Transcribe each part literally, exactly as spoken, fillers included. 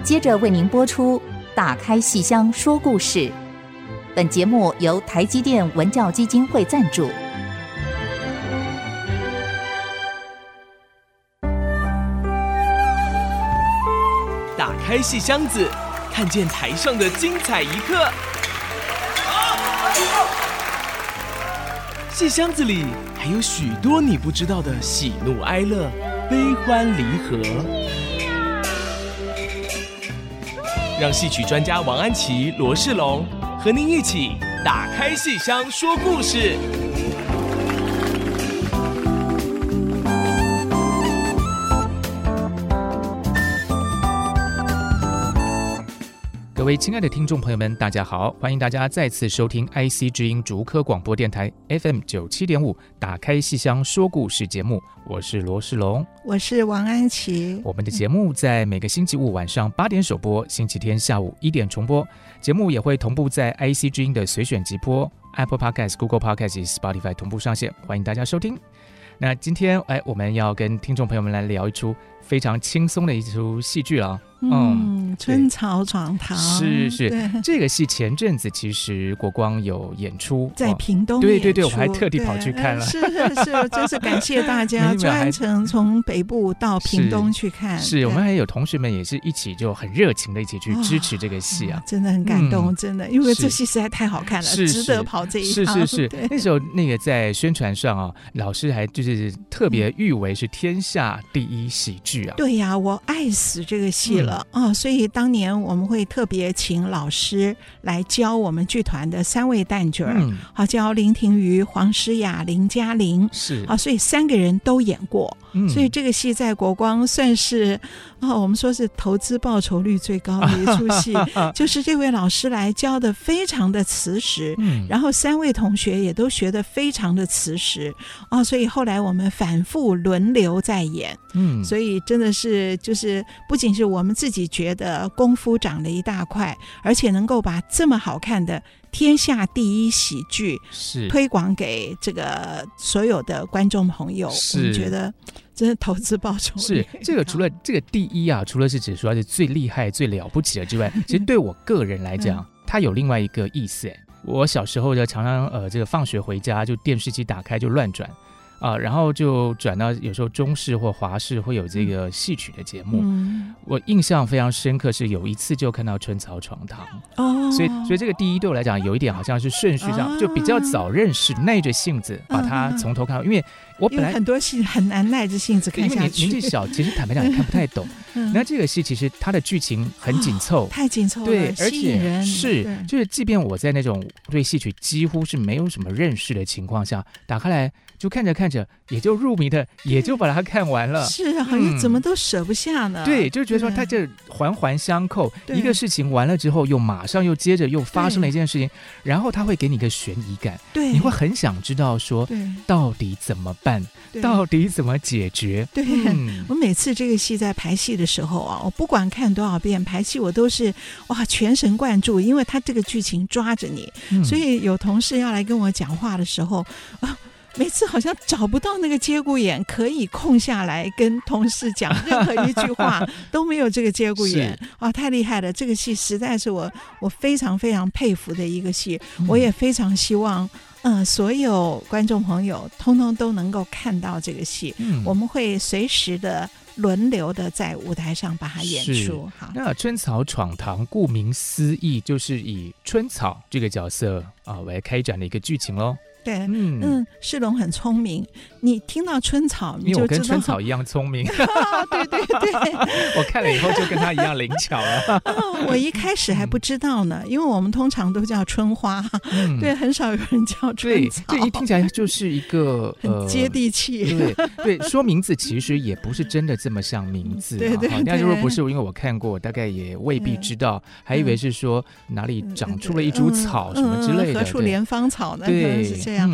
接着为您播出打开戏箱说故事。本节目由台积电文教基金会赞助。 打开戏箱子，看见台上的精彩一刻。戏箱子里还有许多你不知道的喜怒哀乐、悲欢离合。让戏曲专家王安琪、罗世龙和您一起打开戏箱说故事。 各位亲爱的听众朋友们，大家好，欢迎大家再次收听 I C 之音竹科广播电台 F M 九七点五 打开戏箱说故事节目，我是罗世龙， 我是王安琪。 我们的节目在每个星期五晚上八点首播，星期天下午一点重播。节目也会同步在 I C 之音的随选集播、Apple Podcast、Google Podcast 以及 Spotify 同步上线，欢迎大家收听。那今天哎，我们要跟听众朋友们来聊一出非常轻松的一出戏剧了。 嗯，春草闯堂是是，这个戏前阵子其实国光有演出， 在屏东演出， 对对对，我还特地跑去看了。 是是是，真是感谢大家专程从北部到屏东去看。 是, 是我们还有同学们也是一起就很热情的一起去支持这个戏啊， 真的很感动，嗯、真的，因为这戏实在太好看了，值得跑这一趟。 是是是，那时候那个在宣传上啊，老师还就是特别誉为是天下第一喜剧啊。 对呀、啊，我爱死这个戏了。嗯哦，所以当年我们会特别请老师来教我们剧团的三位旦角，嗯，好，教林庭瑜、黄诗雅、林嘉玲， 是啊，所以三个人都演过，嗯，所以这个戏在国光算是啊、哦，我们说是投资报酬率最高的一出戏，就是这位老师来教的非常的慈实，嗯，然后三位同学也都学得非常的慈实啊、哦，所以后来我们反复轮流在演，嗯，所以真的是就是不仅是我们自己觉得功夫长了一大块，而且能够把这么好看的天下第一喜剧是推广给这个所有的观众朋友，我们觉得真的投资报酬是这个。除了这个第一啊，除了是指说是最厉害最了不起的之外，其实对我个人来讲、嗯、它有另外一个意思。我小时候就常常呃这个放学回家就电视机打开就乱转啊，然后就转到有时候中视或华视会有这个戏曲的节目、嗯、我印象非常深刻是有一次就看到春草闯堂哦，所以所以这个第一对我来讲有一点好像是顺序上、哦、就比较早认识，耐着性子把它从头看到、嗯、因为我本来很多戏很难耐着性子看下去， 因为年纪小其实坦白讲也看不太懂、嗯、那这个戏其实它的剧情很紧凑、哦、 太紧凑了， 对，而吸引人， 且是就是即便我在那种对戏曲几乎是没有什么认识的情况下打开来就看着看着也就入迷的，也就把它看完了。 是啊，好像怎么都舍不下呢、 嗯、对，就觉得说它这环环相扣，一个事情完了之后又马上又接着又发生了一件事情，然后它会给你一个悬疑感，对，你会很想知道说到底怎么办，到底怎么解决。 对、嗯、我每次这个戏在排戏的时候啊，我不管看多少遍排戏我都是哇全神贯注，因为它这个剧情抓着你、嗯、所以有同事要来跟我讲话的时候啊，每次好像找不到那个节骨眼可以空下来跟同事讲任何一句话都没有这个节骨眼啊，太厉害了！这个戏实在是我我非常非常佩服的一个戏、嗯、我也非常希望嗯，所有观众朋友通通都能够看到这个戏、嗯、我们会随时的轮流的在舞台上把它演出。好， 那春草闯堂顾名思义就是以春草这个角色啊为开展的一个剧情咯。 对，嗯嗯，世龙很聪明，你听到春草你就知道，因为我跟春草一样聪明、 啊、对对对我看了以后就跟他一样灵巧了、 哦、我一开始还不知道呢、嗯、因为我们通常都叫春花、嗯、对，很少有人叫春草， 对，这一听起来就是一个很接地气、 呃、对对，说名字其实也不是真的这么像名字、啊、 对对对， 但如果不是因为我看过大概也未必知道、嗯、还以为是说哪里长出了一株草、嗯、什么之类的、 嗯、何处莲芳草呢， 对， 是这样、嗯、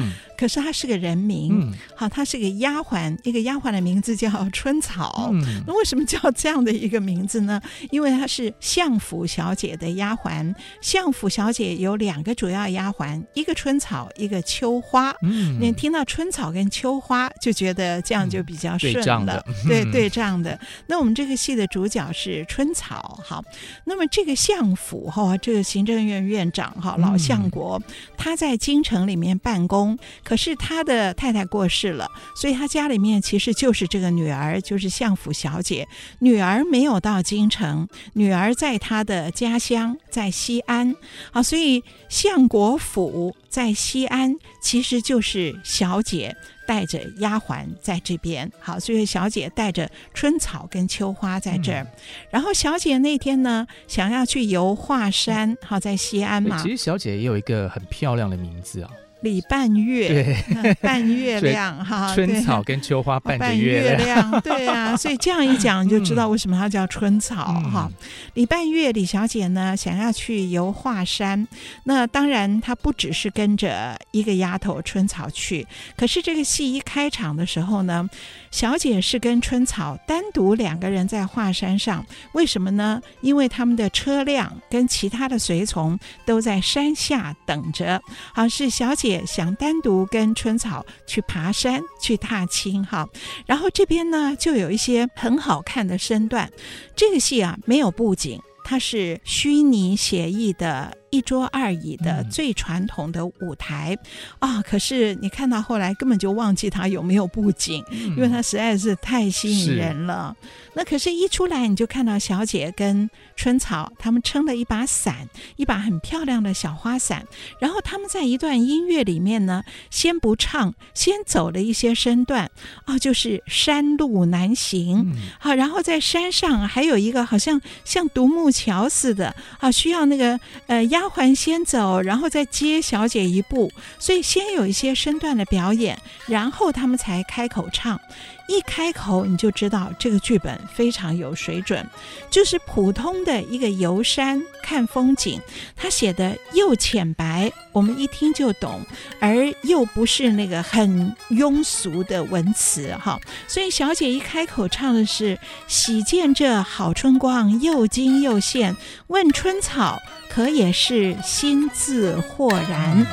可是它是个人名，嗯、好，它是个丫鬟，一个丫鬟的名字叫春草。嗯、那为什么叫这样的一个名字呢？因为她是相府小姐的丫鬟。相府小姐有两个主要丫鬟，一个春草，一个秋花。嗯，你听到春草跟秋花，就觉得这样就比较顺了。嗯、对对仗的。那我们这个戏的主角是春草。好，那么这个相府哈、哦，这个行政院院长哈、哦、老相国，嗯、他在京城里面办公，可是他的太太过世了，所以他家里面其实就是这个女儿，就是相府小姐。女儿没有到京城，女儿在她的家乡，在西安啊，所以相国府在西安，其实就是小姐带着丫鬟在这边。好，所以小姐带着春草跟秋花在这儿。嗯、然后小姐那天呢，想要去游华山，好，在西安嘛。 其实小姐也有一个很漂亮的名字啊。 李半月， 对， 半月亮哈， 春草跟秋花伴着月亮，对啊，所以这样一讲你就知道为什么它叫春草哈。嗯、李半月李小姐呢，想要去游华山，那当然她不只是跟着一个丫头春草去，可是这个戏一开场的时候呢，小姐是跟春草单独两个人在华山上，为什么呢？因为他们的车辆跟其他的随从都在山下等着，好，是小姐想单独跟春草去爬山去踏青哈。然后这边呢就有一些很好看的身段，这个戏啊没有布景，它是虚拟写意的一桌二椅的最传统的舞台、嗯、啊，可是你看到后来根本就忘记它有没有布景、嗯、因为它实在是太吸引人了。那可是一出来你就看到小姐跟春草他们撑了一把伞，一把很漂亮的小花伞，然后他们在一段音乐里面呢，先不唱，先走了一些身段啊，就是山路难行、嗯、好，然后在山上还有一个好像像独木桥似的啊，需要那个呃丫鬟先走，然后再接小姐一步，所以先有一些身段的表演，然后他们才开口唱。一开口你就知道这个剧本非常有水准，就是普通的一个游山看风景，他写的又浅白，我们一听就懂，而又不是那个很庸俗的文词哈。所以小姐一开口唱的是喜见这好春光，又惊又现，问春草可也是心自豁然。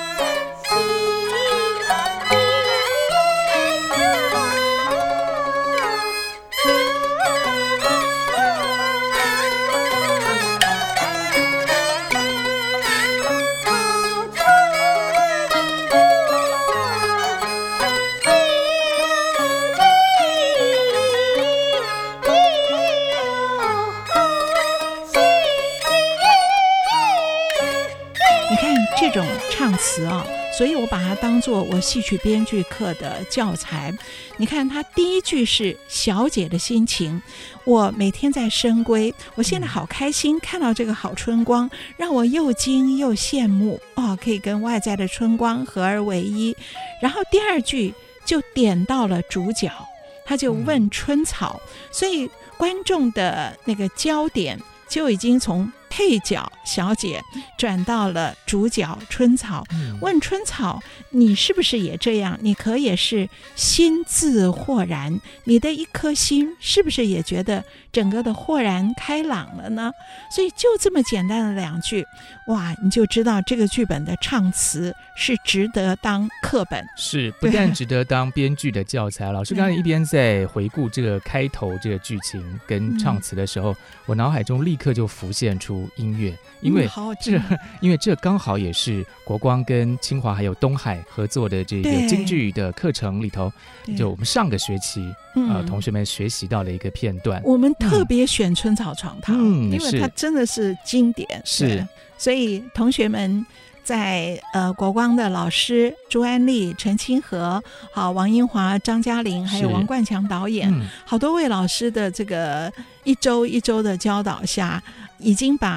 词啊，所以我把它当作我戏曲编剧课的教材。你看他第一句是小姐的心情，我每天在深闺，我现在好开心，看到这个好春光，让我又惊又羡慕哦，可以跟外在的春光合而为一。然后第二句就点到了主角，他就问春草，所以观众的那个焦点就已经从配角小姐转到了主角春草、嗯、问春草你是不是也这样，你可也是心自豁然，你的一颗心是不是也觉得整个的豁然开朗了呢？所以就这么简单的两句，哇，你就知道这个剧本的唱词是值得当课本， 是不但值得当编剧的教材。老师刚才一边在回顾这个开头这个剧情跟唱词的时候、嗯、我脑海中立刻就浮现出音乐，因为这、嗯、因为这刚好也是国光跟清华还有东海合作的这个京剧的课程里头，就我们上个学期、呃、同学们学习到的一个片段。 我们特别选春草闯堂、嗯、因为它真的是经典， 是， 所以同学们在呃国光的老师朱安丽、陈清和、好王英华、张嘉玲还有王冠强导演、嗯、好多位老师的这个一周一周的教导下，已经把这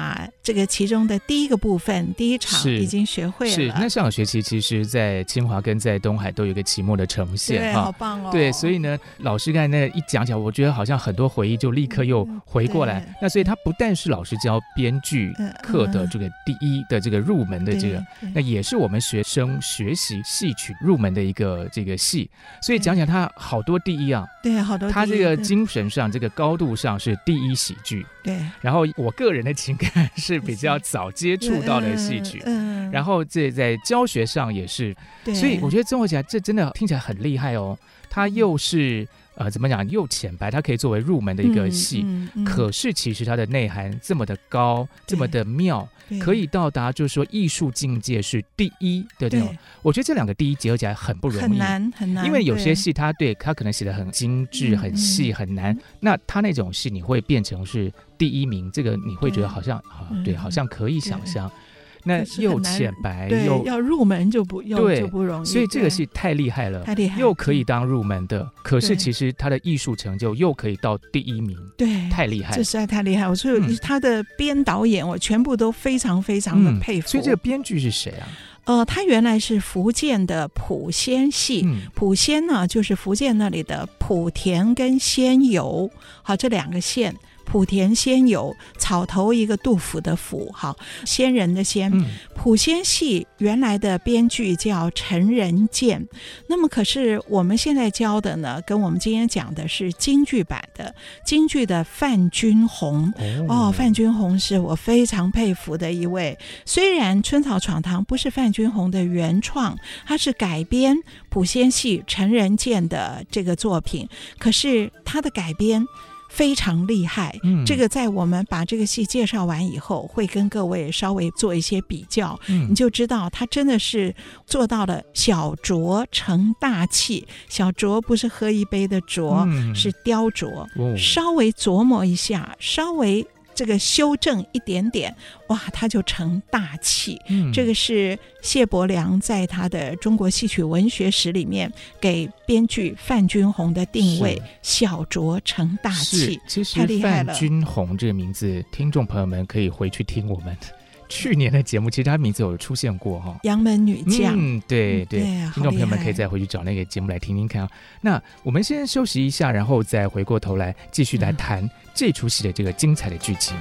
这个其中的第一个部分，第一场已经学会了。 是，那上个学期其实在清华跟在东海都有一个期末的呈现， 对，好棒哦。 对，所以呢，老师刚才那一讲起来，我觉得好像很多回忆就立刻又回过来。嗯、那所以他不但是老师教编剧课的这个第一的这个入门的这个，嗯、那也是我们学生学习戏曲入门的一个这个戏。所以讲讲他好多第一啊， 对，好多第一。 他这个精神上、这个高度上是第一喜剧。 对。 然后我个人的情感是比较早接触到的戏曲，嗯，然后这在教学上也是，对，所以我觉得综合起来，这真的听起来很厉害哦。他又是呃怎么讲，又浅白，它可以作为入门的一个戏，嗯嗯嗯、可是其实它的内涵这么的高，这么的妙，可以到达就是说艺术境界是第一的那种。我觉得这两个第一结合起来很不容易， 很难很难， 因为有些戏它对它可能写得很精致、很细、很难，嗯、那他那种戏你会变成是第一名，这个你会觉得好像啊，对，好像可以想象。那又浅白又要入门就不又就不容易， 所以这个戏太厉害了， 太厉害， 又可以当入门的，可是其实他的艺术成就又可以到第一名， 对， 太厉害， 这实在太厉害。我说他的编导演，我全部都非常非常的佩服。 嗯、所以这个编剧是谁啊？ 呃，他原来是福建的莆仙系，嗯、莆仙呢就是福建那里的莆田跟仙游，好，这两个县。莆田仙游，草头一个杜甫的甫，好，仙人的仙。嗯、莆仙戏原来的编剧叫陈仁健，那么可是我们现在教的呢，跟我们今天讲的是京剧版的，京剧的范君红。哦，哦范君红是我非常佩服的一位，虽然《春草闯堂》不是范君红的原创，它是改编莆仙戏陈仁健的这个作品，可是他的改编非常厉害，嗯，这个在我们把这个戏介绍完以后，会跟各位稍微做一些比较，嗯，你就知道他真的是做到了小酌成大器。小酌不是喝一杯的酌，嗯、是雕琢，哦，稍微琢磨一下，稍微这个修正一点点，哇，它就成大器。嗯、这个是谢伯良在他的《中国戏曲文学史》里面给编剧范君红的定位，小酌成大器， 其实范君红这个名字，听众朋友们可以回去听我们去年的节目，其实他名字有出现过哈， 杨门女将。 嗯，对对，对啊，听众朋友们可以再回去找那个节目来听听看啊。那我们先休息一下，然后再回过头来继续来谈这出戏的这个精彩的剧情。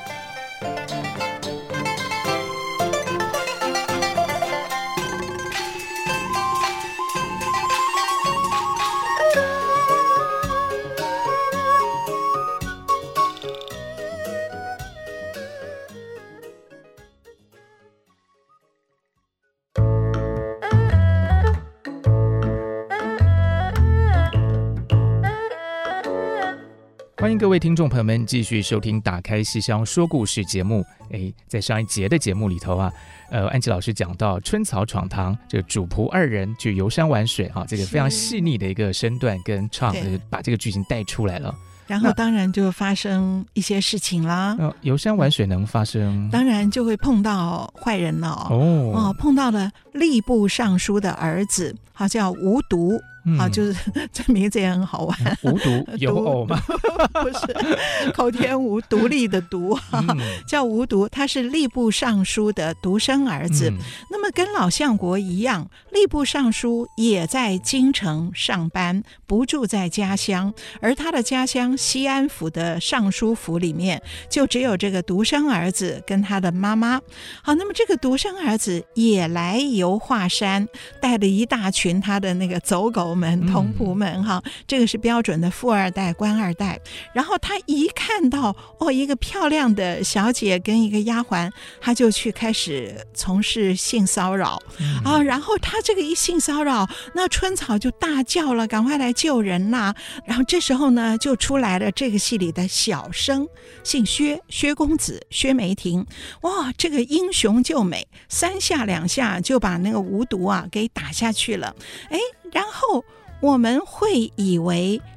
欢迎各位听众朋友们继续收听打开戏箱说故事节目。诶，在上一节的节目里头啊，呃，安琪老师讲到春草闯堂，这个主仆二人去游山玩水啊，这个非常细腻的一个身段跟唱，呃、把这个剧情带出来了。 然后当然就发生一些事情啦。 呃、游山玩水能发生？ 当然就会碰到坏人了。哦，哦碰到了吏部尚书的儿子，好叫无毒。嗯、啊，就是这名字也很好玩。 无独有偶吗？ 不是，口天吴，独立的独，嗯、叫无独。他是吏部尚书的独生儿子。嗯、那么跟老相国一样，吏部尚书也在京城上班，不住在家乡。而他的家乡西安府的尚书府里面，就只有这个独生儿子跟他的妈妈。好，那么这个独生儿子也来游华山，带了一大群他的那个走狗们同仆们哈，这个是标准的富二代官二代。然后他一看到哦一个漂亮的小姐跟一个丫鬟，他就去开始从事性骚扰、嗯、啊。然后他这个一性骚扰，那春草就大叫了，赶快来救人啦。然后这时候呢就出来了这个戏里的小生，姓薛，薛公子薛梅亭。哇，这个英雄救美，三下两下就把那个无毒啊给打下去了。哎，然后我们会以为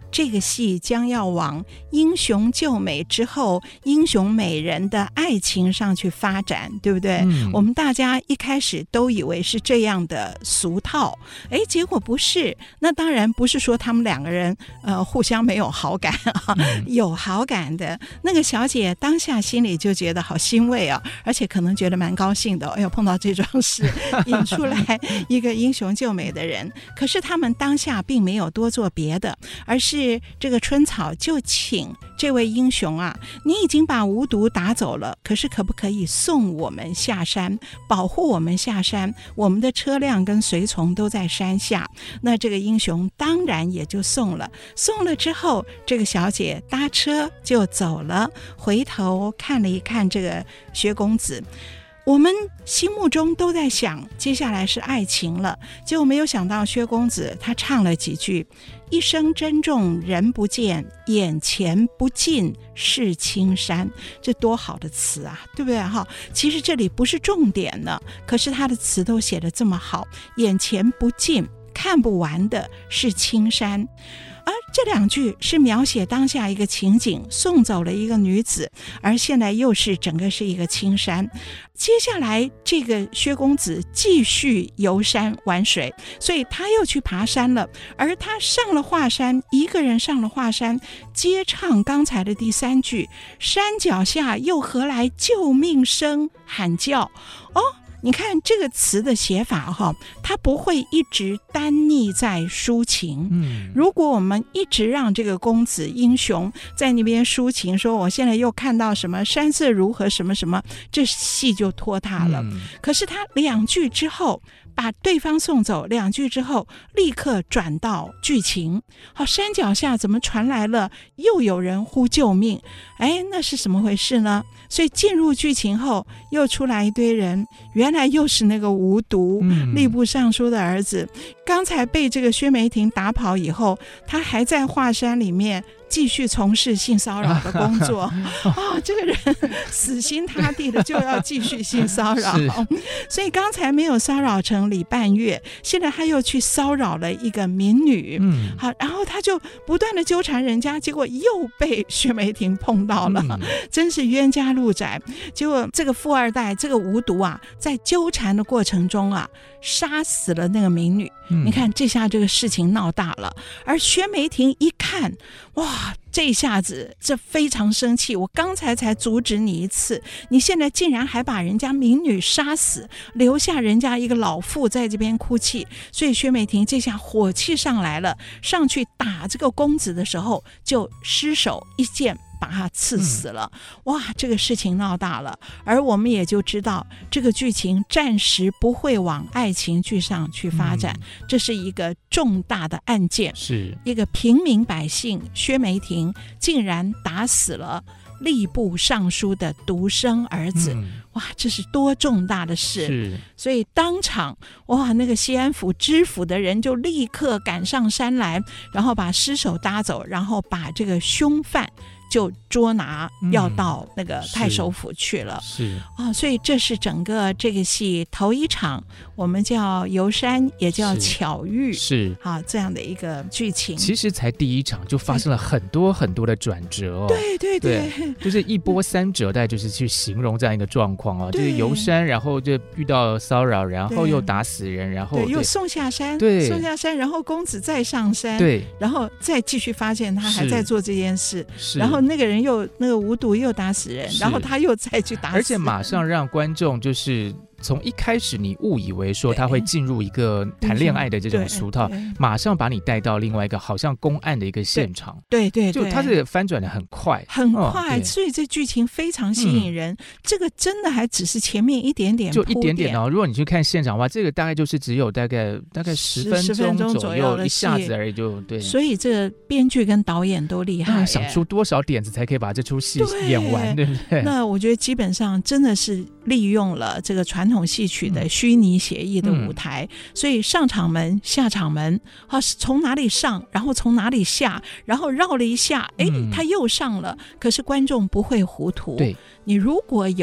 这个戏将要往英雄救美之后英雄美人的爱情上去发展，对不对、嗯、我们大家一开始都以为是这样的俗套，哎，结果不是。那当然不是说他们两个人呃互相没有好感啊、嗯，有好感的。那个小姐当下心里就觉得好欣慰啊，而且可能觉得蛮高兴的，哎呦，碰到这桩事引出来一个英雄救美的人。可是他们当下并没有多做别的，而是这个春草就请这位英雄啊，你已经把无毒打走了，可是可不可以送我们下山，保护我们下山，我们的车辆跟随从都在山下。那这个英雄当然也就送了，送了之后这个小姐搭车就走了，回头看了一看这个薛公子，我们心目中都在想接下来是爱情了，结果没有想到薛公子他唱了几句，一生珍重人不见，眼前不尽是青山，这多好的词啊，对不对哈？其实这里不是重点呢，可是他的词都写得这么好，眼前不尽看不完的是青山。而这两句是描写当下一个情景，送走了一个女子，而现在又是整个是一个青山。接下来这个薛公子继续游山玩水，所以他又去爬山了，而他上了华山，一个人上了华山，接唱刚才的第三句，山脚下又何来救命声喊叫。哦，你看这个词的写法哈，它不会一直单溺在抒情。嗯，如果我们一直让这个公子英雄在那边抒情，说我现在又看到什么山色如何什么什么，这戏就拖沓了。嗯，可是他两句之后把对方送走，两句之后立刻转到剧情。好，山脚下怎么传来了又有人呼救命？哎，那是怎么回事呢？所以进入剧情后又出来一堆人，原来又是那个无毒、嗯、吏部尚书的儿子，刚才被这个薛梅亭打跑以后，他还在华山里面继续从事性骚扰的工作。哦，这个人死心塌地的就要继续性骚扰，所以刚才没有骚扰成李半月，现在他又去骚扰了一个民女。嗯，好，然后他就不断的纠缠人家，结果又被薛梅亭碰到了，嗯、真是冤家路窄。结果这个富二代这个无毒啊，在纠缠的过程中啊，杀死了那个民女。嗯、你看这下这个事情闹大了，而薛梅亭一看，哇，这下子这非常生气，我刚才才阻止你一次，你现在竟然还把人家民女杀死，留下人家一个老妇在这边哭泣。所以薛梅亭这下火气上来了，上去打这个公子的时候就失手一剑把他刺死了。嗯、哇，这个事情闹大了，而我们也就知道这个剧情暂时不会往爱情剧上去发展。嗯、这是一个重大的案件，是一个平民百姓薛梅亭竟然打死了吏部尚书的独生儿子。嗯、哇，这是多重大的事！是，所以当场哇，那个西安府知府的人就立刻赶上山来，然后把尸首搭走，然后把这个凶犯就捉拿，要到那个太守府去了。是啊、哦，所以这是整个这个戏头一场，我们叫游山，也叫巧遇，是啊，这样的一个剧情。 其实才第一场就发生了很多很多的转折哦。 对对 对, 对，就是一波三折，大概就是去形容这样一个状况哦，就是游山，然后就遇到骚扰，然后又打死人，然后又送下山， 对， 送下山，然后公子再上山，对，然后再继续发现他还在做这件事，然后那个人又那个无毒又打死人，然后他又再去打死人， 而且马上让观众就是从一开始你误以为说他会进入一个谈恋爱的这种俗套，马上把你带到另外一个好像公案的一个现场。 对对对， 就他这个翻转的很快很快、哦、所以这剧情非常吸引人、嗯、这个真的还只是前面一点点铺垫， 就一点点哦。如果你去看现场的话，这个大概就是只有大概大概十分钟左右，一下子而已，就对。 所以这个编剧跟导演都厉害、嗯、 想出多少点子才可以把这出戏演完，对不对？ 那我觉得基本上真的是利用了这个传统戏曲的虚拟写意的舞台、嗯、所以上场门下场门、啊、从哪里上然后从哪里下，然后绕了一下，哎、嗯，他又上了，可是观众不会糊涂。对，你如果有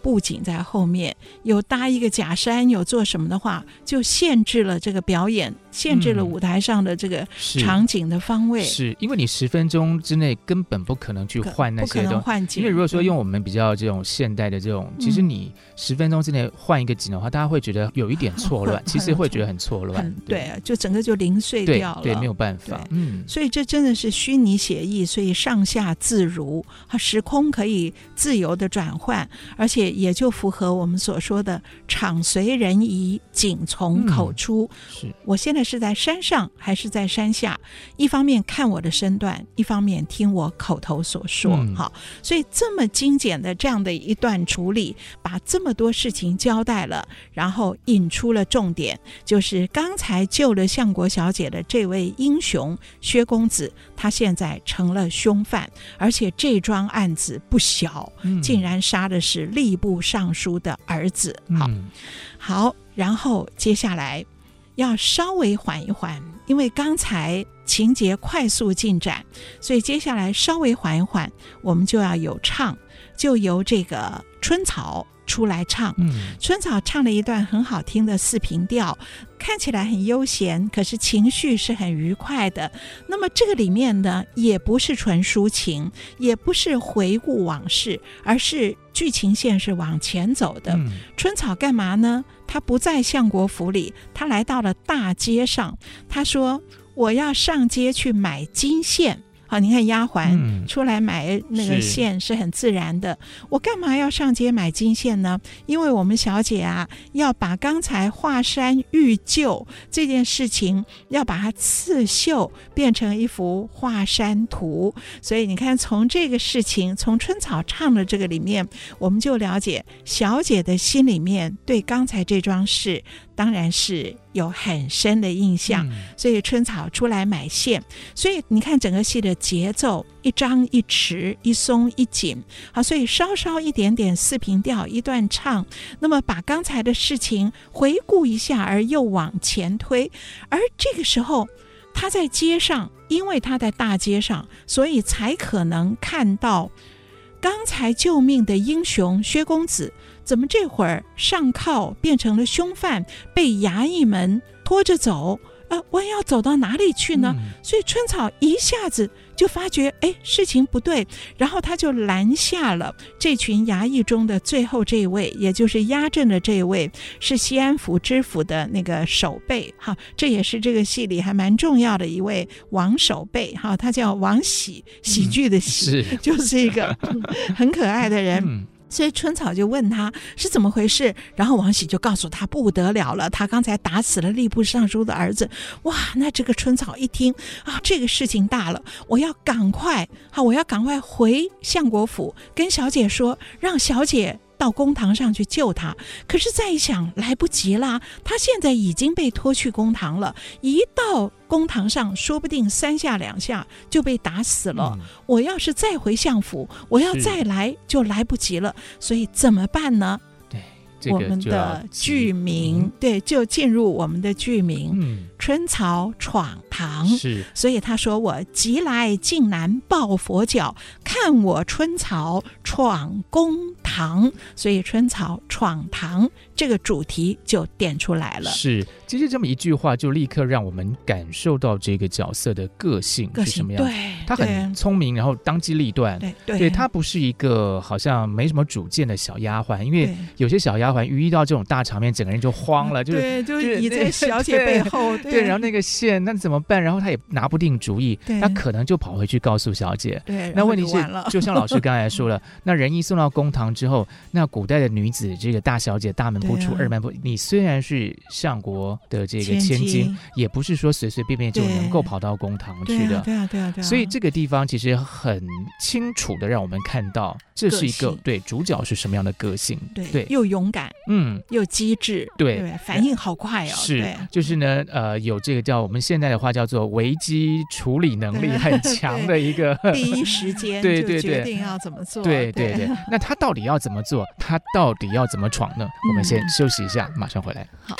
布景在后面，有搭一个假山，有做什么的话，就限制了这个表演，限制了舞台上的这个场景的方位。 嗯、是, 是因为你十分钟之内根本不可能去换那些东西，不可能换景。 因为如果说用我们比较这种现代的这种，其实你十分钟之内换一个景的话，大家会觉得有一点错乱，其实会觉得很错乱。 对啊，就整个就零碎掉了。 对, 对，没有办法。嗯， 所以这真的是虚拟写意，所以上下自如，时空可以自由的转换，而且也就符合我们所说的场随人移，景从口出。 嗯、是我现在是在山上还是在山下？一方面看我的身段，一方面听我口头所说。嗯、好，所以这么精简的这样的一段处理，把这么多事情交代了，然后引出了重点，就是刚才救了相国小姐的这位英雄薛公子，他现在成了凶犯，而且这桩案子不小，嗯、竟然杀的是吏部尚书的儿子。好，嗯、好，然后接下来要稍微缓一缓，因为刚才情节快速进展，所以接下来稍微缓一缓，我们就要有唱，就由这个春草出来唱。嗯、春草唱了一段很好听的四平调，看起来很悠闲，可是情绪是很愉快的。那么这个里面呢，也不是纯抒情，也不是回顾往事，而是剧情线是往前走的。嗯、春草干嘛呢？他不在相国府里，他来到了大街上。他说我要上街去买金线。好，你看丫鬟出来买那个线是很自然的，嗯、我干嘛要上街买金线呢？因为我们小姐啊，要把刚才华山玉臼这件事情，要把它刺绣变成一幅华山图。所以你看，从这个事情，从春草唱的这个里面，我们就了解小姐的心里面对刚才这桩事当然是有很深的印象。嗯、所以春草出来买线，所以你看整个戏的节奏一张一弛，一松一紧。好，所以稍稍一点点四平调一段唱，那么把刚才的事情回顾一下，而又往前推。而这个时候他在街上，因为他在大街上，所以才可能看到刚才救命的英雄薛公子怎么这会儿上铐变成了凶犯，被衙役们拖着走，呃，弯腰走到哪里去呢？嗯、所以春草一下子就发觉，哎，事情不对，然后他就拦下了这群衙役中的最后这一位，也就是押阵的这一位，是西安府知府的那个守备。哈，这也是这个戏里还蛮重要的一位王守备。哈，他叫王喜，喜剧的喜，嗯、就是一个很可爱的人。嗯所以春草就问他是怎么回事，然后王喜就告诉他不得了了，他刚才打死了吏部尚书的儿子。哇，那这个春草一听啊，这个事情大了，我要赶快好，我要赶快回相国府跟小姐说，让小姐到公堂上去救他。可是再一想，来不及啦，他现在已经被拖去公堂了，一到公堂上说不定三下两下就被打死了。嗯、我要是再回相府，我要再来就来不及了。所以怎么办呢？ 对，这个、 我们的剧名、嗯、对，就进入我们的剧名。嗯，春草闯堂。 是， 所以他说我急来竟南抱佛脚，看我春草闯公堂。所以春草闯堂这个主题就点出来了。 是，其实这么一句话就立刻让我们感受到这个角色的个性是什么样。 对， 他很聪明，然后当机立断。 对对， 对，他不是一个好像没什么主见的小丫鬟，因为有些小丫鬟遇到这种大场面，整个人就慌了，就是对，就是倚在小姐背后。 对, 对，然后那个线那怎么办？然后他也拿不定主意，他可能就跑回去告诉小姐。 对， 那问题是，就像老师刚才说了，那人一送到公堂之后，那古代的女子，这个大小姐大门不出、啊、二门不，你虽然是相国的这个千金，也不是说随随便便就能够跑到公堂去的。 对啊，对啊，对啊。 所以这个地方其实很清楚的让我们看到，这是一个对主角是什么样的个性。 对，对，又勇敢，嗯，又机智， 对， 对，反应好快哦。 是，就是呢，呃，有这个叫我们现在的话叫做危机处理能力很强的一个第一时间就决定要怎么做。 对对 对, 对, 对，那他到底要怎么做？他到底要怎么闯呢？我们先休息一下，马上回来。 好。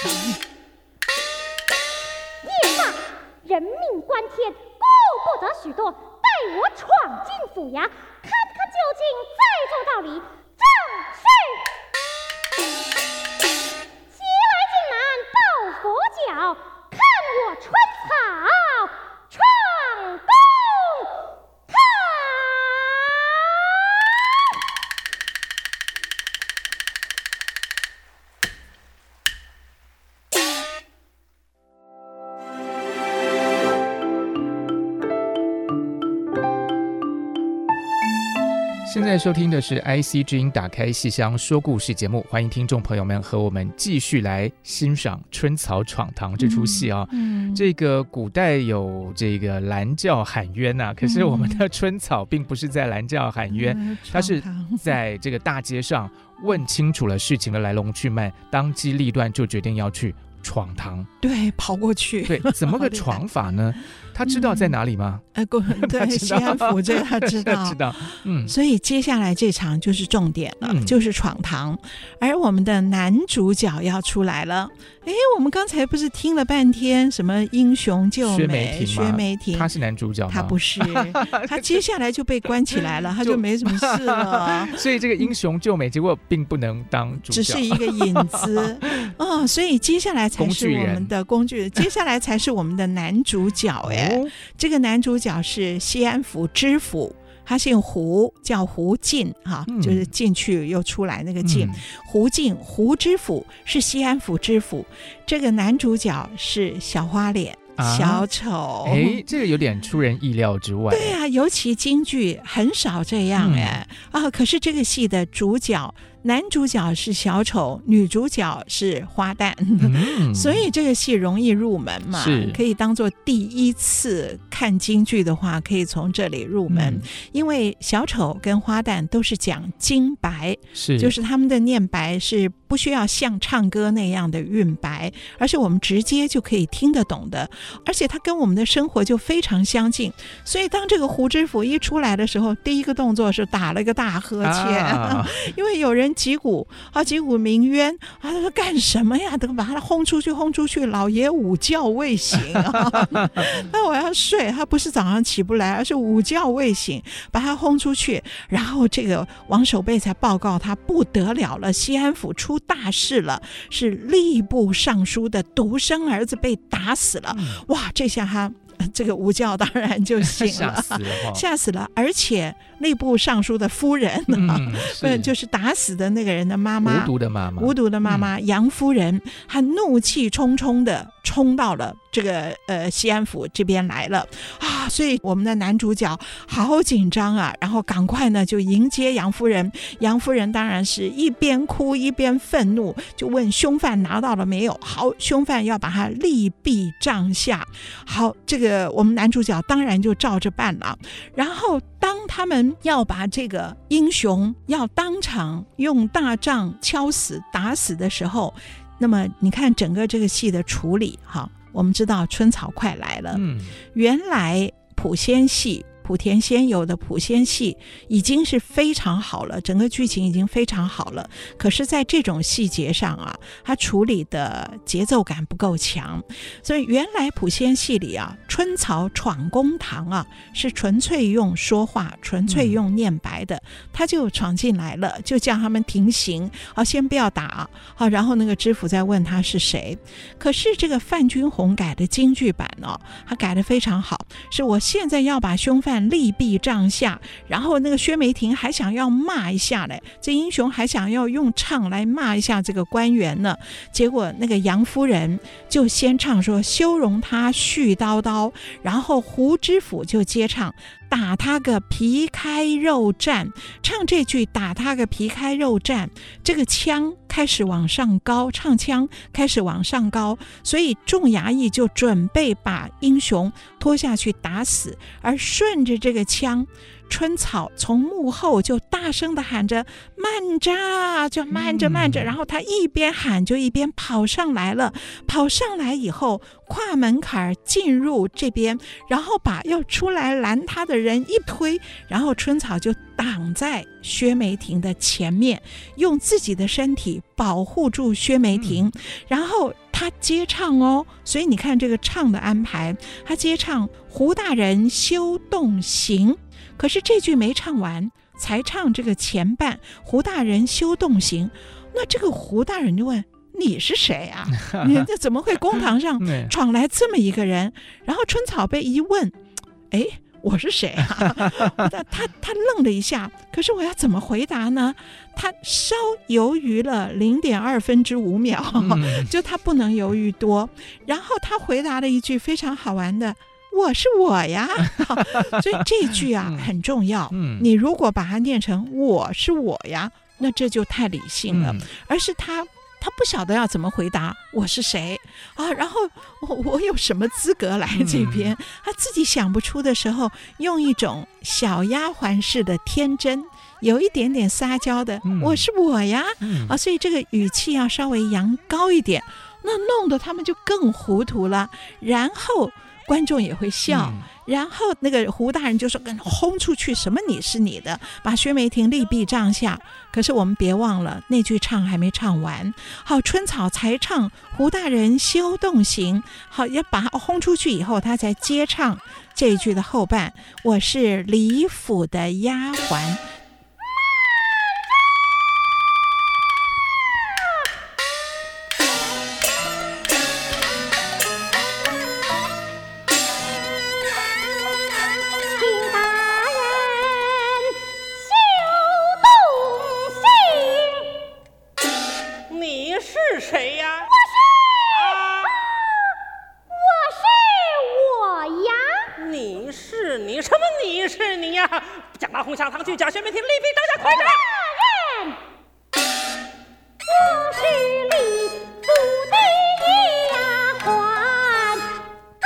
夜半人命关天，顾不得许多，待我闯进府衙，看看究竟，再做道理。正是。 现在收听的是 I C 之音打开戏箱说故事节目，欢迎听众朋友们和我们继续来欣赏《春草闯堂》这出戏啊、嗯嗯。这个古代有这个蓝叫喊冤啊，可是我们的春草并不是在蓝叫喊冤，嗯、它是在这个大街上问清楚了事情的来龙去脉，当机立断就决定要去闯堂， 对，跑过去， 对，怎么个闯法呢？他知道在哪里吗？ 呃，对，西安府这个他知道， 知道，嗯， 所以接下来这场就是重点了，嗯、就是闯堂，而我们的男主角要出来了。哎，我们刚才不是听了半天什么英雄救美，薛梅婷， 他是男主角吗？ 他不是，他接下来就被关起来了，他就没什么事了。 所以这个英雄救美结果并不能当主角， 只是一个引子哦。所以接下来才是我们的工具人，接下来才是我们的男主角。哎、哦，这个男主角是西安府知府。他姓胡，叫胡进哈、嗯，就是进去又出来那个进、嗯。胡进，胡知府是西安府知府。这个男主角是小花脸。啊、小丑， 哎，这个有点出人意料之外。 对啊，尤其京剧很少这样哎、嗯、啊！可是这个戏的主角，男主角是小丑，女主角是花旦，嗯、所以这个戏容易入门嘛，可以当做第一次看京剧的话，可以从这里入门。嗯、因为小丑跟花旦都是讲京白，是就是他们的念白是不需要像唱歌那样的韵白，而是我们直接就可以听得懂的。而且它跟我们的生活就非常相近，所以当这个胡知府一出来的时候，第一个动作是打了个大呵欠、啊、因为有人击鼓啊，击鼓鸣冤啊，他说干什么呀？等把他轰出去，轰出去！老爷午觉未醒啊，那我要睡，他不是早上起不来，而是午觉未醒，把他轰出去。然后这个王守备才报告他不得了了，西安府出大事了，是吏部尚书的独生儿子被打死了。嗯哇，这下他这个午觉当然就醒了，吓死了，吓死了！而且吏部尚书的夫人、啊嗯、是就是打死的那个人的妈妈， 无毒的妈妈， 无毒的妈妈、嗯、杨夫人，她怒气冲冲的冲到了这个呃西安府这边来了啊！所以我们的男主角好紧张啊，然后赶快呢就迎接杨夫人。杨夫人当然是一边哭一边愤怒，就问凶犯拿到了没有？好，凶犯要把他立毙杖下。好，这个我们男主角当然就照着办了。然后当他们要把这个英雄要当场用大杖敲死打死的时候，那么你看整个这个戏的处理哈，我们知道春草快来了，嗯，原来普仙戏莆田仙游的莆仙戏已经是非常好了，整个剧情已经非常好了，可是在这种细节上啊，它处理的节奏感不够强。所以原来莆仙戏里啊，春草闯公堂啊是纯粹用说话，纯粹用念白的，他就闯进来了，就叫他们停刑啊，先不要打啊，然后那个知府再问他是谁。可是这个范君红改的京剧版哦，他改得非常好，是我现在要把凶犯立毙杖下，然后那个薛梅婷还想要骂一下嘞，这英雄还想要用唱来骂一下这个官员呢，结果那个杨夫人就先唱说休容他絮叨叨，然后胡知府就接唱打他个皮开肉绽，唱这句打他个皮开肉绽，这个腔开始往上高，唱腔开始往上高，所以众衙役就准备把英雄拖下去打死，而顺着这个腔，春草从幕后就大声的喊着慢着，就慢着慢着、嗯、然后他一边喊就一边跑上来了，跑上来以后跨门槛进入这边，然后把要出来拦他的人一推，然后春草就挡在薛梅婷的前面，用自己的身体保护住薛梅婷、嗯、然后他接唱哦，所以你看这个唱的安排，他接唱胡大人休动刑，可是这句没唱完， 才唱这个前半胡大人休动刑。那这个胡大人就问，你是谁啊？你这怎么会公堂上闯来这么一个人？然后春草被一问，哎，我是谁啊？他他他愣了一下，可是我要怎么回答呢？他稍犹豫了零点二分之五秒，嗯、就他不能犹豫多。然后他回答了一句非常好玩的，我是我呀。所以这句啊、嗯、很重要、嗯、你如果把它念成我是我呀，那这就太理性了、嗯、而是他他不晓得要怎么回答我是谁啊，然后 我, 我有什么资格来这边、嗯、他自己想不出的时候，用一种小丫鬟式的天真，有一点点撒娇的、嗯、我是我呀、嗯、啊，所以这个语气要稍微扬高一点，那弄得他们就更糊涂了，然后观众也会笑、嗯、然后那个胡大人就说跟轰出去，什么你是你的，把薛梅亭立壁杖下。可是我们别忘了那句唱还没唱完，好，春草才唱胡大人休动刑，好，要把他轰出去以后，他才接唱这一句的后半，我是李府的丫鬟。 谁呀？ 我是、啊、我是我呀。 你是你什么？你是你呀？将那红香堂去，叫薛梅亭立壁杖下，快点！ 大人，我是李府的丫鬟啊。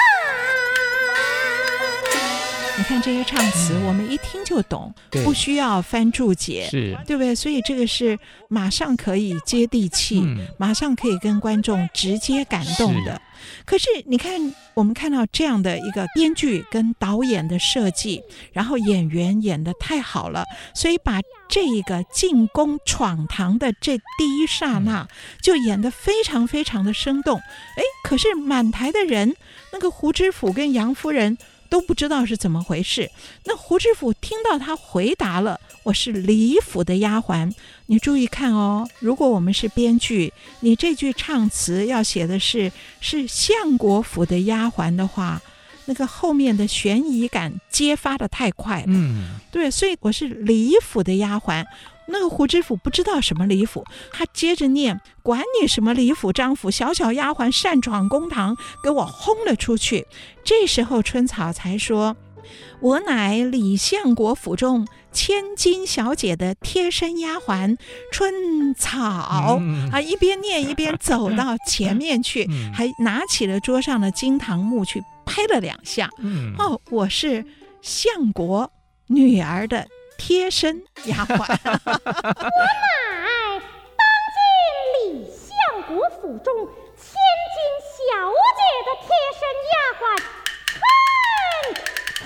你看这些唱词、嗯、我们一听就懂，不需要翻注解， 是对不对？所以这个是马上可以接地气、嗯、马上可以跟观众直接感动的。可是你看，我们看到这样的一个编剧跟导演的设计，然后演员演得太好了，所以把这个进宫闯堂的这第一刹那就演得非常非常的生动。哎，可是满台的人，那个胡知府跟杨夫人都不知道是怎么回事。那胡知府听到他回答了，我是李府的丫鬟。你注意看哦，如果我们是编剧，你这句唱词要写的是是相国府的丫鬟的话，那个后面的悬疑感揭发的太快了。嗯，对，所以我是李府的丫鬟。那个胡知府不知道什么李府，他接着念，管你什么李府张府，小小丫鬟擅闯公堂，给我轰了出去。这时候春草才说，我乃李相国府中千金小姐的贴身丫鬟春草、嗯、啊，一边念一边走到前面去、嗯、还拿起了桌上的金堂木去拍了两下、嗯、哦，我是相国女儿的贴身丫鬟。 我乃当今李相国府中千金小姐的贴身丫鬟春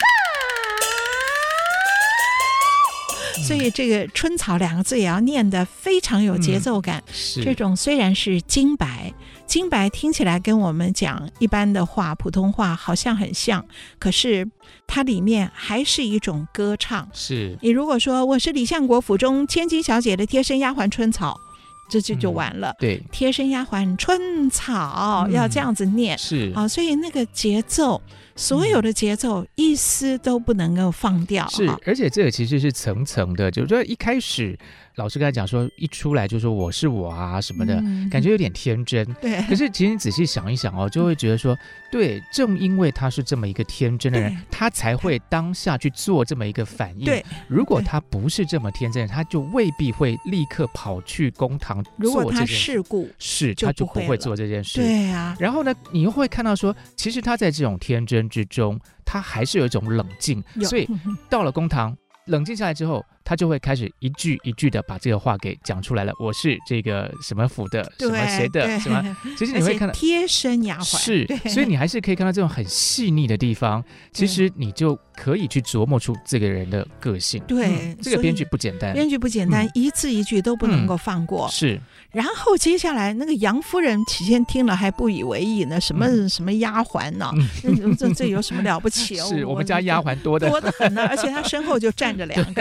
草。 所以这个春草两个字也要念得非常有节奏感、嗯、这种虽然是京白，京白听起来跟我们讲一般的话普通话好像很像，可是它里面还是一种歌唱。是你如果说我是李相国府中千金小姐的贴身丫鬟春草，这就就完了、嗯、对，贴身丫鬟春草、嗯、要这样子念，是啊，所以那个节奏，所有的节奏、嗯、一丝都不能够放掉。 是，而且这个其实是层层的，就是说一开始老师刚才讲说一出来就说我是我啊什么的、嗯、感觉有点天真，对。可是其实你仔细想一想哦，就会觉得说对，正因为他是这么一个天真的人，他才会当下去做这么一个反应。对，如果他不是这么天真的人，他就未必会立刻跑去公堂做这件事。如果他世故，是他就不会做这件事。对啊。然后呢，你又会看到说，其实他在这种天真之中，他还是有一种冷静，所以到了公堂冷静下来之后，他就会开始一句一句的把这个话给讲出来了。我是这个什么府的，什么谁的，什么，其实你会看到贴身丫鬟， 是，所以你还是可以看到这种很细腻的地方。其实你就可以去琢磨出这个人的个性。对，嗯、这个编剧不简单， 编剧不简单、嗯，一字一句都不能够放过。嗯、是。然后接下来那个杨夫人起先听了还不以为意呢，什么、嗯、什么丫鬟呢、嗯？这这有什么了不起哦？ 是我们家丫鬟多的多得很呢，而且她身后就站着两个。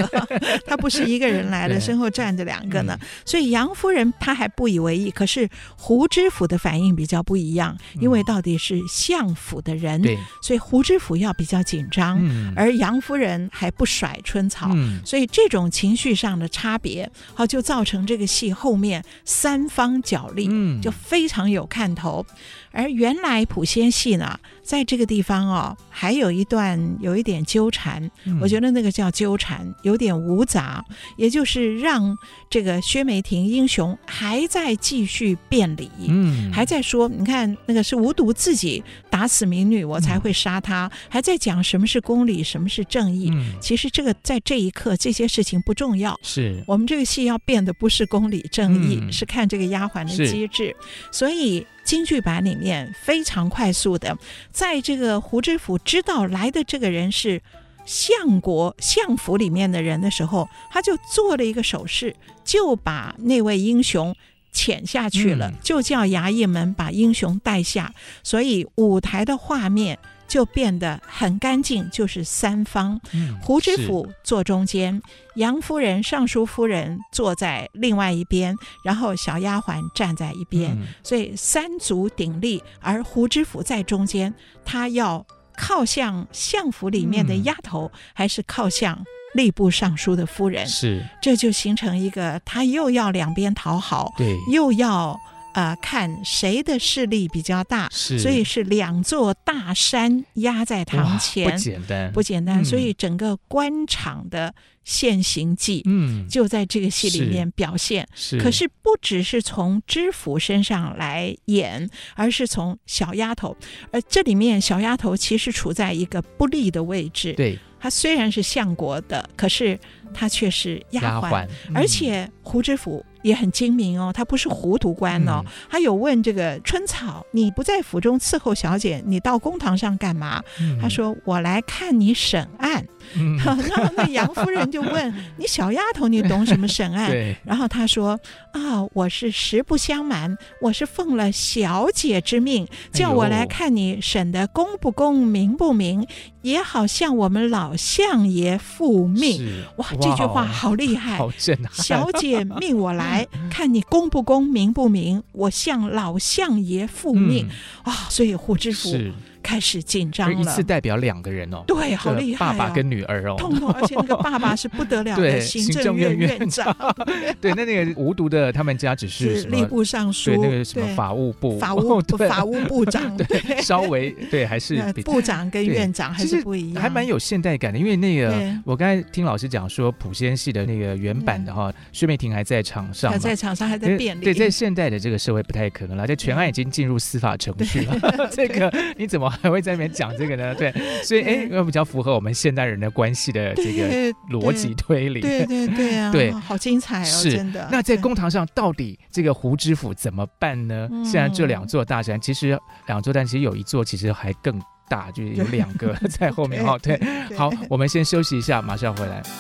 他不是一个人来的，身后站着两个呢。所以杨夫人她还不以为意，可是胡知府的反应比较不一样，因为到底是相府的人， 对， 所以胡知府要比较紧张， 嗯、 而杨夫人还不甩春草， 嗯、 所以这种情绪上的差别，好就造成这个戏后面三方角力，嗯、就非常有看头。而原来普仙戏呢，在这个地方哦，还有一段有一点纠缠，嗯、我觉得那个叫纠缠，有点无杂，也就是让这个薛梅亭英雄还在继续辩理，嗯、还在说，你看那个是无毒自己打死民女，我才会杀他，嗯、还在讲什么是公理，什么是正义。嗯、其实这个在这一刻，这些事情不重要， 是我们这个戏要辩的不是公理正义，嗯、是看这个丫鬟的机智，所以。京剧版里面非常快速的，在这个胡知府知道来的这个人是相国相府里面的人的时候，他就做了一个手势，就把那位英雄遣下去了，嗯、就叫衙役们把英雄带下，所以舞台的画面就变得很干净，就是三方，嗯、胡知府坐中间，杨夫人、尚书夫人坐在另外一边，然后小丫鬟站在一边，嗯、所以三足鼎立，而胡知府在中间，他要靠向相府里面的丫头，嗯、还是靠向吏部尚书的夫人？是，这就形成一个他又要两边讨好，对，又要呃，看谁的势力比较大，所以是两座大山压在堂前，不简单，不简单。嗯、所以整个官场的现形记，嗯，就在这个戏里面表现。是，可是不只是从知府身上来演，而是从小丫头，而这里面小丫头其实处在一个不利的位置。对，她虽然是相国的，可是她却是丫鬟，丫鬟嗯、而且胡知府也很精明哦，他不是糊涂官哦，嗯、他有问这个春草，你不在府中伺候小姐，你到公堂上干嘛？嗯、他说我来看你审案。嗯、然后那杨夫人就问你小丫头，你懂什么审案？然后他说啊，我是实不相瞒，我是奉了小姐之命，叫我来看你审的公不公，明不明，也好向我们老相爷复命。哇，这句话好厉害，好震撼！小姐命我来看你公不公，明不明，我向老相爷复命。啊、嗯哦，所以胡知府开始紧张了，一次代表两个人哦， 对，好厉害、啊， 爸爸跟女儿哦， 痛痛，而且那个爸爸是不得了的行政院院长， 对，那那个无毒的他们家只是吏部尚书， 对，那个什么法务部， 法务、哦、法务部长， 对，稍微对还是比部长跟院长还是不一样， 还蛮有现代感的，因为那个我刚才听老师讲说普仙戏的那个原版的哈，薛梅亭还在场上， 还在场上，还在辩理， 对，在现代的这个社会不太可能了，在全案已经进入司法程序了，这个你怎么还会在那边讲？这个呢，对，所以哎，比较符合我们现代人的关系的这个逻辑推理， 对对 对, 对啊，对，好精彩哦， 是真的。 那在公堂上，到底这个胡知府怎么办呢？嗯、现在这两座大山，其实两座，但其实有一座其实还更大，就是有两个在后面哦。对，对好，我们先休息一下，马上回来。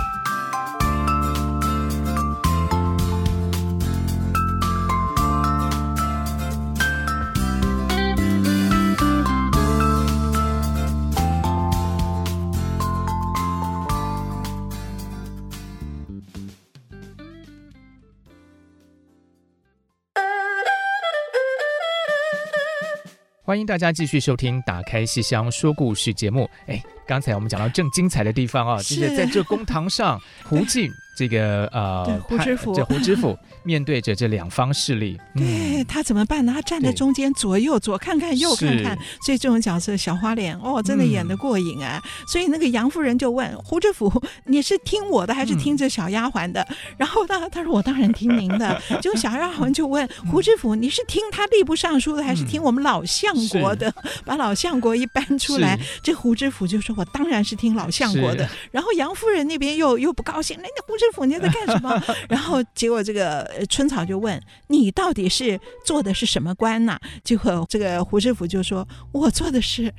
欢迎大家继续收听《打开戏箱说故事》节目。哎，刚才我们讲到正精彩的地方啊，就是在这公堂上，胡进这个呃胡知府， 这胡知府面对着这两方势力， 对、嗯、他怎么办呢？他站在中间，左右左看看右看看，所以这种角色小花脸哦，真的演得过瘾啊、嗯！所以那个杨夫人就问胡知府：“你是听我的还是听这小丫鬟的？”嗯、然后他他说：“我当然听您的。”结果小丫鬟就问胡知府：“你是听他吏部尚书的，还是听我们老相国的？”把老相国一搬出来，这胡知府就说：“我当然是听老相国的。”然后杨夫人那边又又不高兴，那那胡知府你在干什么？然后结果这个春草就问：“你到底是做的是什么官呢、啊？”结果这个胡知府就说：“我做的是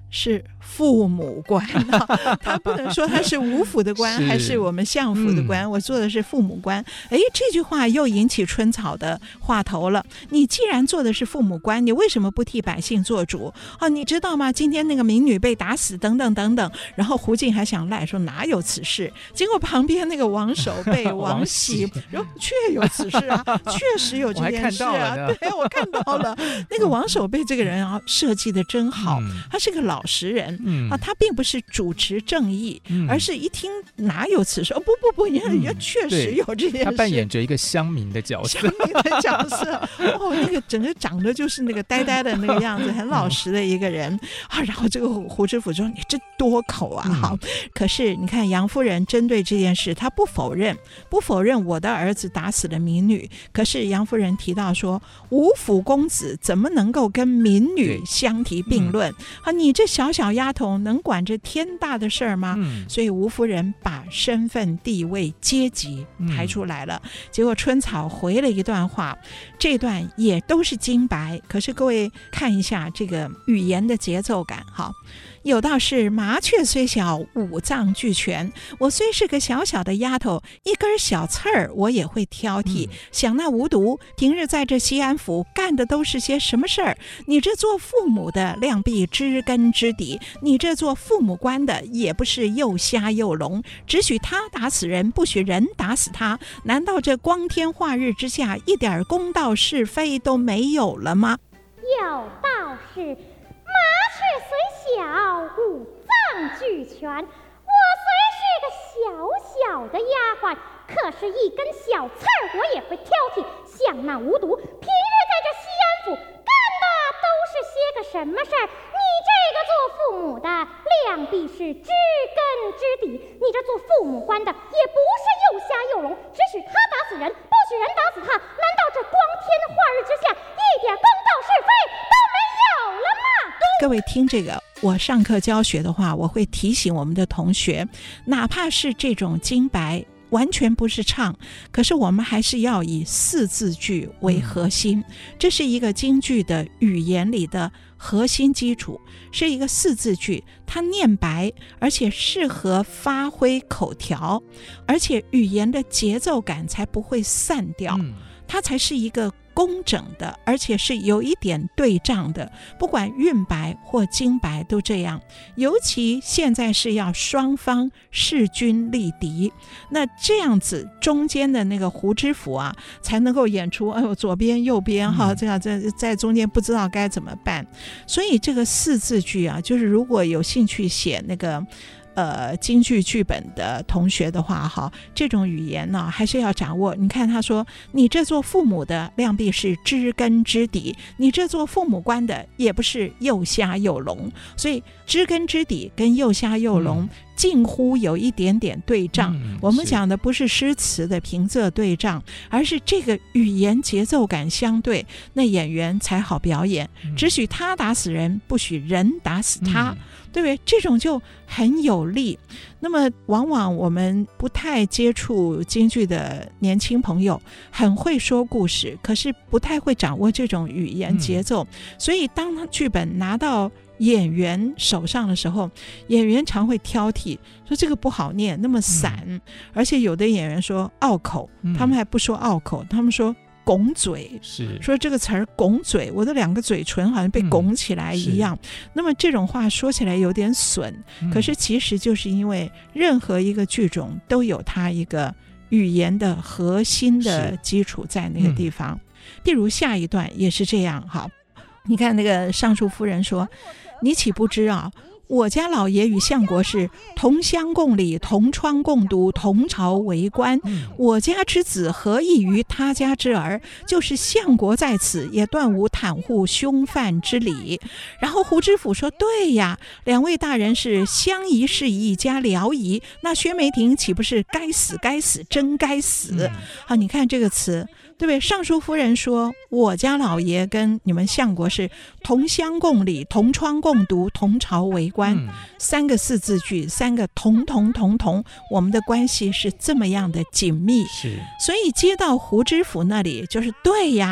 是父母官他不能说他是吴府的官还是我们相府的官、嗯、我做的是父母官。哎，这句话又引起春草的话头了，你既然做的是父母官，你为什么不替百姓做主啊？你知道吗？今天那个民女被打死等等等等。然后胡静还想赖说哪有此事，结果旁边那个王守备王喜说确有此事啊，确实有这件事啊，对，我看到了。那个王守备这个人啊，设计的真好、嗯、他是个老实人、嗯、啊，他并不是主持正义、嗯、而是一听哪有此事、哦、不不不也、嗯、也确实有这件事。 他扮演着一个乡民的角色， 乡民的角色哦，那个整个长得就是那个呆呆的那个样子，很老实的一个人、嗯、啊。然后这个胡知府说你这多口啊、嗯、好。可是你看杨夫人针对这件事他不否认，不否认我的儿子打死了民女，可是杨夫人提到说吴府公子怎么能够跟民女相提并论、嗯、啊，你这小小丫头能管这天大的事儿吗、嗯、所以吴夫人把身份地位阶级排出来了、嗯、结果春草回了一段话，这段也都是金白，可是各位看一下这个语言的节奏感。好，有道是麻雀虽小五脏俱全，我虽是个小小的丫头，一根小刺儿我也会挑剔、嗯、想那无毒平日在这西安府干的都是些什么事儿，你这做父母的量必知根知底，你这做父母官的也不是又瞎又聋，只许他打死人不许人打死他，难道这光天化日之下一点公道是非都没有了吗？ 有道是麻雀虽小五脏俱全，我虽是个小小的丫鬟，可是一根小刺儿我也会挑剔，像那无毒平日在这西安府干的都是些个什么事儿，你这个做父母的量必是知根知底，你这做父母官的也不是又瞎又聋，只许他打死人不许人打死他，难道这光天化日之下一点公道是非都没有了吗？ 各位听这个，我上课教学的话，我会提醒我们的同学，哪怕是这种金白完全不是唱，可是我们还是要以四字句为核心、嗯、这是一个京剧的语言里的核心基础，是一个四字句，它念白，而且适合发挥口条，而且语言的节奏感才不会散掉、嗯、它才是一个工整的，而且是有一点对仗的，不管韵白或京白都这样，尤其现在是要双方势均力敌，那这样子中间的那个胡知府啊才能够演出哎呦左边右边哈、嗯，这样在在中间不知道该怎么办。所以这个四字句啊，就是如果有兴趣写那个呃，京剧剧本的同学的话哈，这种语言呢还是要掌握。你看他说你这做父母的量必是知根知底，你这做父母官的也不是又瞎又聋，所以知根知底跟又瞎又聋、嗯近乎有一点点对仗、嗯、我们讲的不是诗词的平仄对仗，而是这个语言节奏感相对，那演员才好表演、嗯、只许他打死人不许人打死他、嗯、对不对？这种就很有力。那么往往我们不太接触京剧的年轻朋友很会说故事，可是不太会掌握这种语言节奏、嗯、所以当剧本拿到演员手上的时候，演员常会挑剔说这个不好念，那么散、嗯、而且有的演员说拗口、嗯、他们还不说拗口，他们说拱嘴，是说这个词儿拱嘴，我的两个嘴唇好像被拱起来一样、嗯、那么这种话说起来有点损、嗯、可是其实就是因为任何一个剧种都有它一个语言的核心的基础在那个地方、嗯、譬如下一段也是这样。好，你看那个尚书夫人说，你岂不知啊，我家老爷与相国是同乡共礼，同窗共读，同朝为官、嗯、我家之子何异于他家之儿，就是相国在此也断无袒护凶犯之理。然后胡知府说，对呀，两位大人是相宜事宜加僚夷，那薛梅亭岂不是该死该死真该死、嗯、好，你看这个词对不对？尚书夫人说我家老爷跟你们相国是同乡共礼，同窗共读，同朝为官、嗯、三个四字句，三个同同同同，我们的关系是这么样的紧密。是，所以接到胡知府那里就是对呀，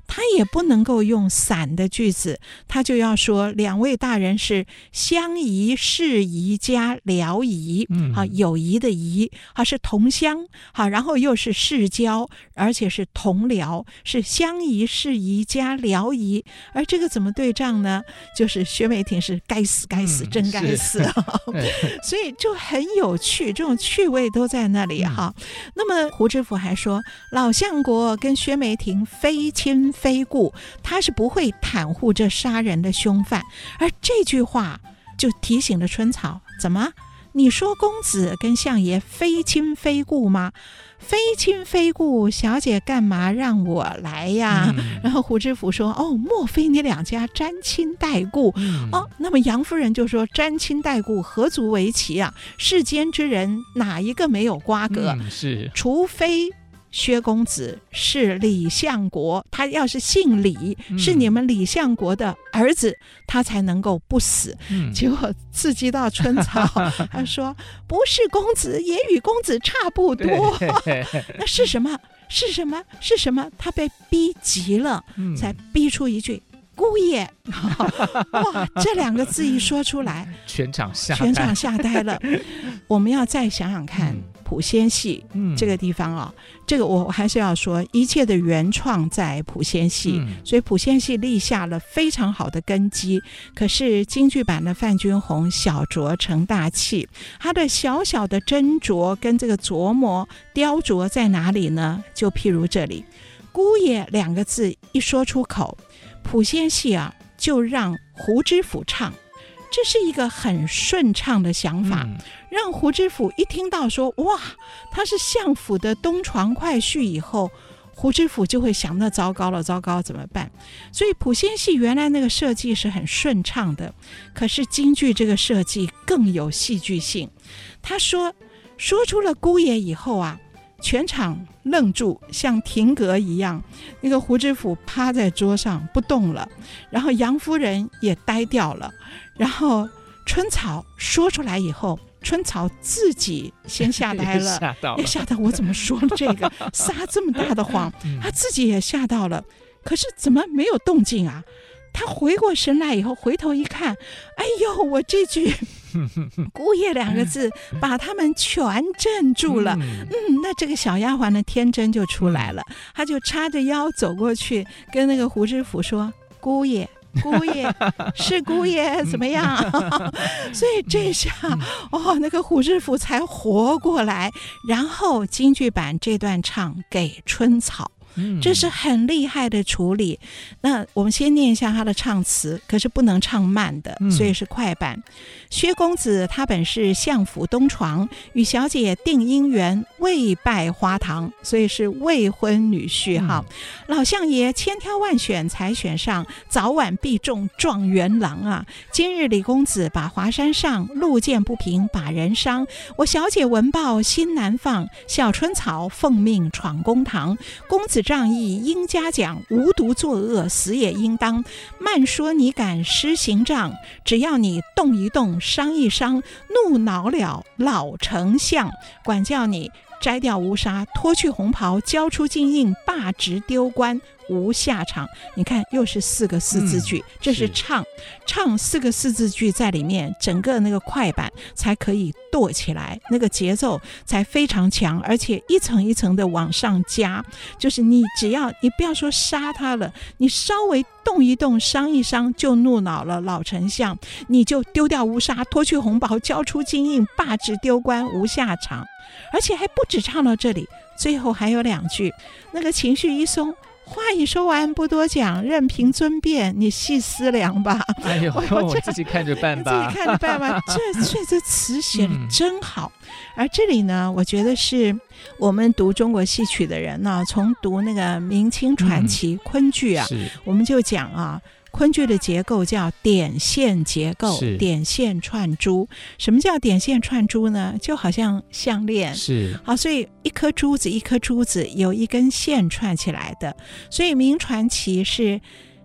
他也不能够用散的句子，他就要说两位大人是相宜适宜加聊宜，嗯，好，友谊的谊，好，是同乡，好，然后又是世交，而且是同僚，是相宜适宜加聊宜。而这个怎么对仗呢？就是薛梅婷是该死该死、嗯、真该死所以就很有趣，这种趣味都在那里哈、嗯。那么胡知府还说老相国跟薛梅婷非亲非故，他是不会袒护这杀人的凶犯。而这句话就提醒了春草，怎么你说公子跟相爷非亲非故吗？非亲非故，小姐干嘛让我来呀、嗯、然后胡知府说哦，莫非你两家沾亲带故、嗯、哦，那么杨夫人就说沾亲带故何足为奇啊，世间之人哪一个没有瓜葛、 嗯、是，除非薛公子是李相国，他要是姓李、嗯、是你们李相国的儿子，他才能够不死、嗯、结果刺激到春草他说不是公子也与公子差不多那是什么是什么是什么，他被逼急了、嗯、才逼出一句姑爷哇，这两个字一说出来全场吓呆全场吓呆了我们要再想想看、嗯普仙戏这个地方啊、哦嗯，这个我还是要说，一切的原创在普仙戏、嗯，所以普仙戏立下了非常好的根基。可是京剧版的范君红小琢成大器，他的小小的斟酌跟这个琢磨雕琢在哪里呢？就譬如这里，姑爷两个字一说出口，普仙戏啊就让胡知府唱。这是一个很顺畅的想法、嗯、让胡知府一听到说哇他是相府的东床快婿以后，胡知府就会想那糟糕了糟糕怎么办。所以普仙戏原来那个设计是很顺畅的，可是京剧这个设计更有戏剧性。他说说出了姑爷以后啊，全场愣住，像停格一样，那个胡知府趴在桌上不动了，然后杨夫人也呆掉了，然后春草说出来以后，春草自己先吓呆了吓到了也吓到我怎么说这个撒这么大的谎、嗯、他自己也吓到了，可是怎么没有动静啊？他回过神来以后回头一看，哎呦，我这句姑爷两个字把他们全镇住了。嗯, 嗯那这个小丫鬟的天真就出来了，他就叉着腰走过去跟那个胡知府说，姑爷姑爷是姑爷怎么样所以这下哦，那个胡知府才活过来，然后京剧版这段唱给春草，这是很厉害的处理。那我们先念一下他的唱词，可是不能唱慢的，所以是快板。薛公子他本是相府东床，与小姐定姻缘，未拜花堂，所以是未婚女婿哈、嗯。老相爷千挑万选才选上，早晚必中状元郎啊！今日李公子把华山上，路见不平把人伤。我小姐闻报心难放，小春草奉命闯公堂。公子仗义应嘉奖，无独作恶死也应当。慢说你敢施行杖，只要你动一动伤一伤，怒恼了老丞相，管教你摘掉乌纱，脱去红袍，交出金印，罢职丢官，无下场。你看又是四个四字句、嗯、这是唱是唱四个四字句在里面，整个那个快板才可以跺起来，那个节奏才非常强，而且一层一层的往上加，就是你只要你不要说杀他了，你稍微动一动伤一伤就怒恼了老丞相，你就丢掉乌纱，脱去红袍，交出金印，罢职丢官，无下场。而且还不止唱到这里，最后还有两句，那个情绪一松，话已说完不多讲，任凭尊便，你细思量吧。 哎呦，我, 我自己看着办吧， 自己看着办吧。这这这词写的真好、嗯。而这里呢，我觉得是我们读中国戏曲的人呢、啊，从读那个明清传奇、嗯、昆剧啊，我们就讲啊。昆剧的结构叫点线结构，点线串珠。什么叫点线串珠呢？就好像项链，是好，所以一颗珠子一颗珠子有一根线串起来的。所以明传奇是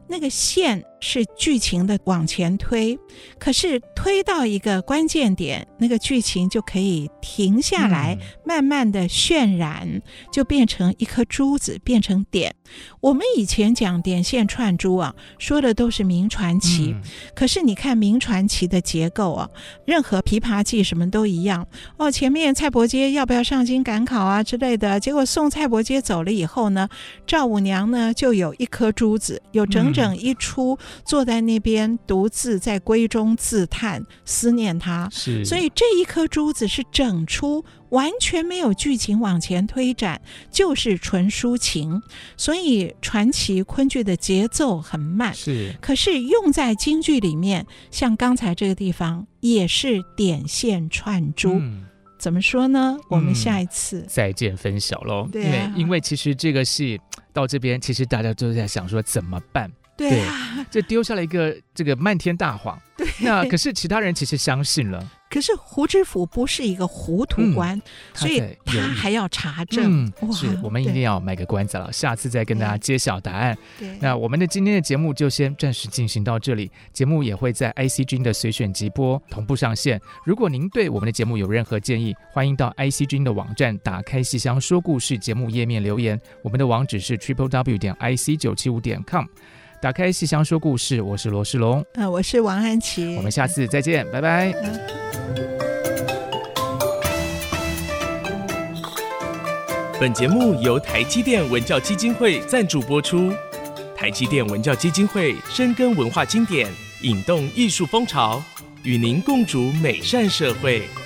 那个线是剧情的往前推，可是推到一个关键点，那个剧情就可以停下来，嗯、慢慢的渲染，就变成一颗珠子，变成点。我们以前讲点线串珠啊，说的都是明传奇，嗯、可是你看明传奇的结构啊，任何琵琶记什么都一样哦。前面蔡伯喈要不要上京赶考啊之类的，结果送蔡伯喈走了以后呢，赵五娘呢就有一颗珠子，有整整一出、嗯、坐在那边独自在闺中自叹思念他， 是， 所以这一颗珠子是整出完全没有剧情往前推展，就是纯抒情，所以传奇昆剧的节奏很慢， 是， 可是用在京剧里面，像刚才这个地方也是点线串珠、嗯、怎么说呢？我们下一次、嗯、 再见分晓咯。 对、啊、 因为因为其实这个戏到这边，其实大家都在想说怎么办。 对啊， 这丢下了一个这个漫天大谎。 对， 那可是其他人其实相信了。 可是胡知府不是一个糊涂官、嗯、所以他还要查证、 嗯、是，我们一定要卖个关子了，下次再跟大家揭晓答案。 对， 那我们的今天的节目就先暂时进行到这里，节目也会在 I C G 的随选集播同步上线。如果您对我们的节目有任何建议，欢迎到 I C G 的网站打开戏箱说故事节目页面留言，我们的网址是 triple w 点 i c 九七五点 com。打开戏箱说故事，我是罗世龙， 呃，我是王安琪， 我们下次再见，拜拜。嗯、 本节目由台积电文教基金会赞助播出。台积电文教基金会深耕文化经典，引动艺术风潮，与您共筑美善社会。